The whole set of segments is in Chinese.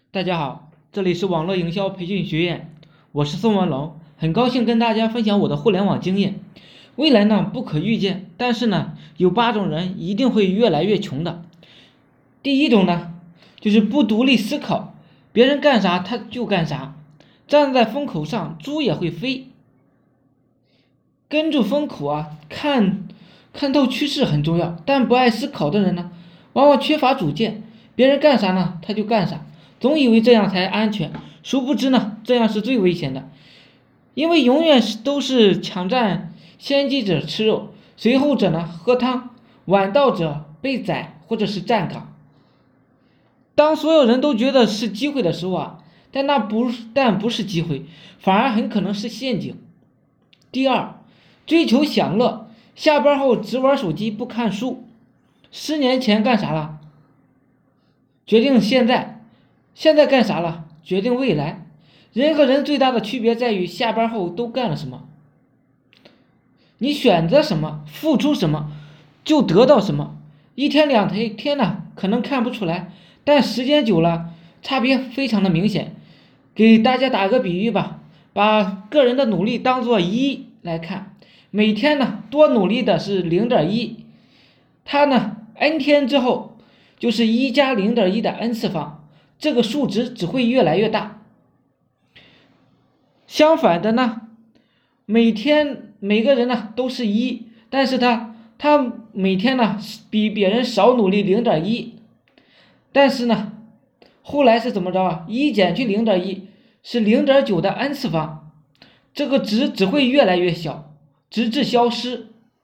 大家好，这里是网络营销培训学院，我是宋文龙，很高兴跟大家分享我的互联网经验。未来呢不可预见，但是呢有8种人一定会越来越穷的。第一种呢就是不独立思考，别人干啥他就干啥，站在风口上猪也会飞。跟住风口看透趋势很重要，但不爱思考的人呢，往往缺乏主见，别人干啥呢他就干啥。总以为这样才安全，殊不知呢，这样是最危险的，因为永远都是抢占先机者吃肉，随后者呢喝汤，晚到者被宰或者是站岗。当所有人都觉得是机会的时候但不是机会，反而很可能是陷阱。第二，追求享乐，下班后只玩手机不看书。10年前干啥了？决定现在干啥了？决定未来。人和人最大的区别在于下班后都干了什么。你选择什么，付出什么，就得到什么。一天两天呢，可能看不出来，但时间久了，差别非常的明显。给大家打个比喻吧，把个人的努力当作1来看，每天呢多努力的是0.1，它呢 n 天之后就是1加0.1的 n 次方，这个数值只会越来越大。相反的呢，每个人呢都是1，但是他每天呢比别人少努力0.1，但是呢后来是怎么着啊？1减去0.1是0.9的 n 次方，这个值只会越来越小，直至消失。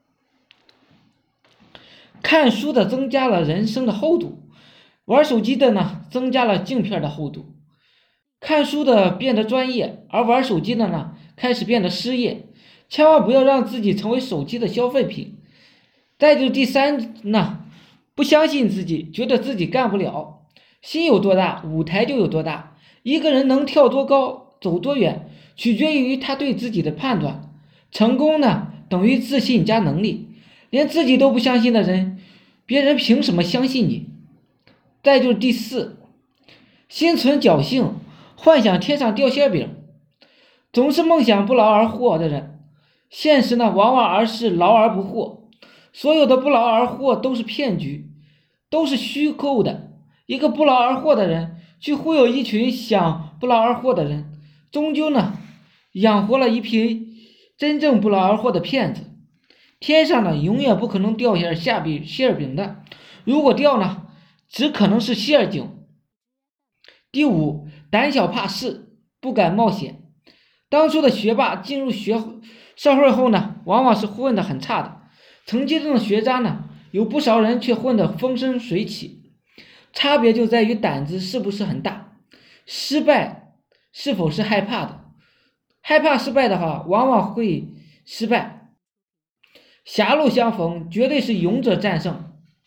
看书的增加了人生的厚度，玩手机的呢增加了镜片的厚度。看书的变得专业，而玩手机的呢开始变得失业。千万不要让自己成为手机的消费品。再就第三呢，不相信自己，觉得自己干不了。心有多大，舞台就有多大。一个人能跳多高，走多远，取决于他对自己的判断。成功呢等于自信加能力。连自己都不相信的人，别人凭什么相信你？再就是第4，心存侥幸，幻想天上掉馅饼。总是梦想不劳而获的人，现实呢往往是劳而不获。所有的不劳而获都是骗局，都是虚构的。一个不劳而获的人去忽悠一群想不劳而获的人，终究呢养活了一批真正不劳而获的骗子。天上呢永远不可能掉下馅饼的，如果掉呢只可能是馅饼。第5，胆小怕事，不敢冒险。当初的学霸进入社会后呢，往往是混得很差的。曾经的学渣呢，有不少人却混得风生水起。差别就在于胆子是不是很大，失败是否是害怕的。害怕失败的话，往往会失败。狭路相逢，绝对是勇者战胜。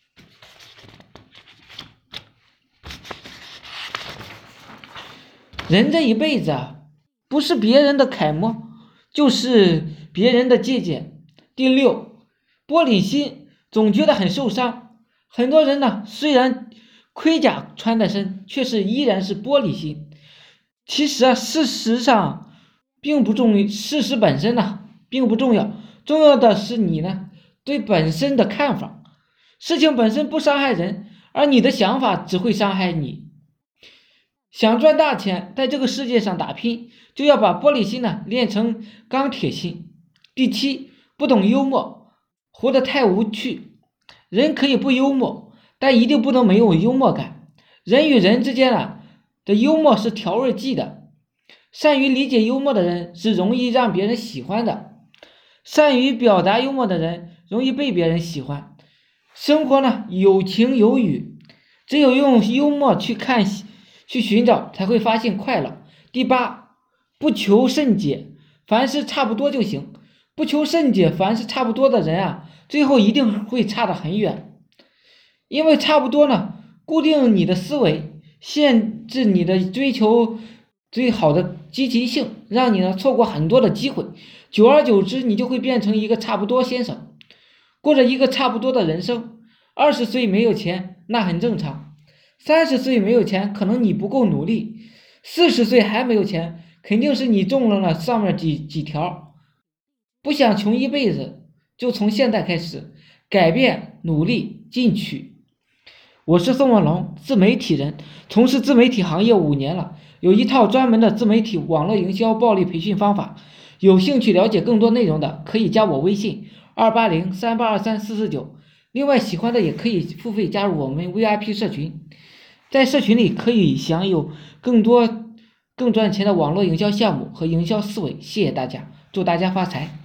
人这一辈子啊，不是别人的楷模，就是别人的借鉴。第6，玻璃心，总觉得很受伤。很多人呢，虽然盔甲穿在身，却依然是玻璃心。其实啊，事实本身呢并不重要，重要的是你呢对本身的看法。事情本身不伤害人，而你的想法只会伤害你。想赚大钱，在这个世界上打拼，就要把玻璃心呢练成钢铁心。第7，不懂幽默，活得太无趣。人可以不幽默，但一定不能没有幽默感。人与人之间的幽默是调味剂的。善于理解幽默的人是容易让别人喜欢的，善于表达幽默的人容易被别人喜欢。生活呢有晴有雨，只有用幽默去寻找，才会发现快乐。第8，不求甚解，凡事差不多就行。不求甚解，凡事差不多的人啊，最后一定会差得很远。因为差不多呢，固定你的思维，限制你的追求最好的积极性，让你呢错过很多的机会。久而久之，你就会变成一个差不多先生，过着一个差不多的人生。20岁没有钱，那很正常。 30岁没有钱，可能你不够努力；40岁还没有钱，肯定是你中了上面几条。不想穷一辈子，就从现在开始改变、努力、进取。我是宋文龙，自媒体人，从事自媒体行业5年了，有一套专门的自媒体网络营销暴力培训方法。有兴趣了解更多内容的，可以加我微信28038234449。另外，喜欢的也可以付费加入我们 VIP 社群，在社群里可以享有更多更赚钱的网络营销项目和营销思维。谢谢大家，祝大家发财。